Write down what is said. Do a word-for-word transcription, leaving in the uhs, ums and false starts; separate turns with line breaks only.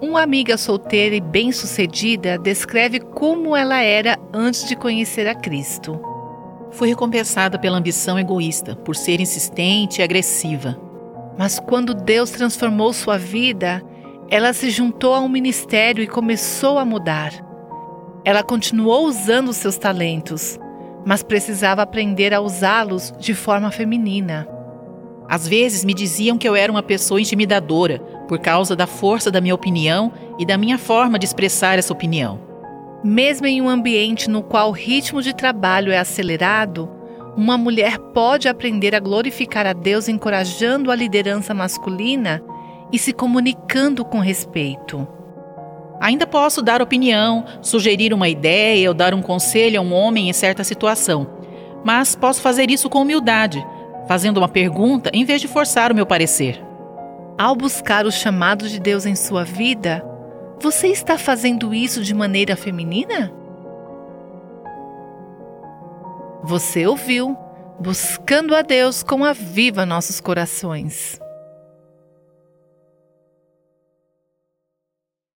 Uma amiga solteira e bem-sucedida descreve como ela era antes de conhecer a Cristo.
Fui recompensada pela ambição egoísta, por ser insistente e agressiva.
Mas quando Deus transformou sua vida, ela se juntou a um ministério e começou a mudar. Ela continuou usando seus talentos, mas precisava aprender a usá-los de forma feminina.
Às vezes me diziam que eu era uma pessoa intimidadora, por causa da força da minha opinião e da minha forma de expressar essa opinião.
Mesmo em um ambiente no qual o ritmo de trabalho é acelerado, uma mulher pode aprender a glorificar a Deus encorajando a liderança masculina e se comunicando com respeito.
Ainda posso dar opinião, sugerir uma ideia ou dar um conselho a um homem em certa situação, mas posso fazer isso com humildade, fazendo uma pergunta em vez de forçar o meu parecer.
Ao buscar o chamado de Deus em sua vida, você está fazendo isso de maneira feminina? Você ouviu Buscando a Deus com Aviva Nossos Corações.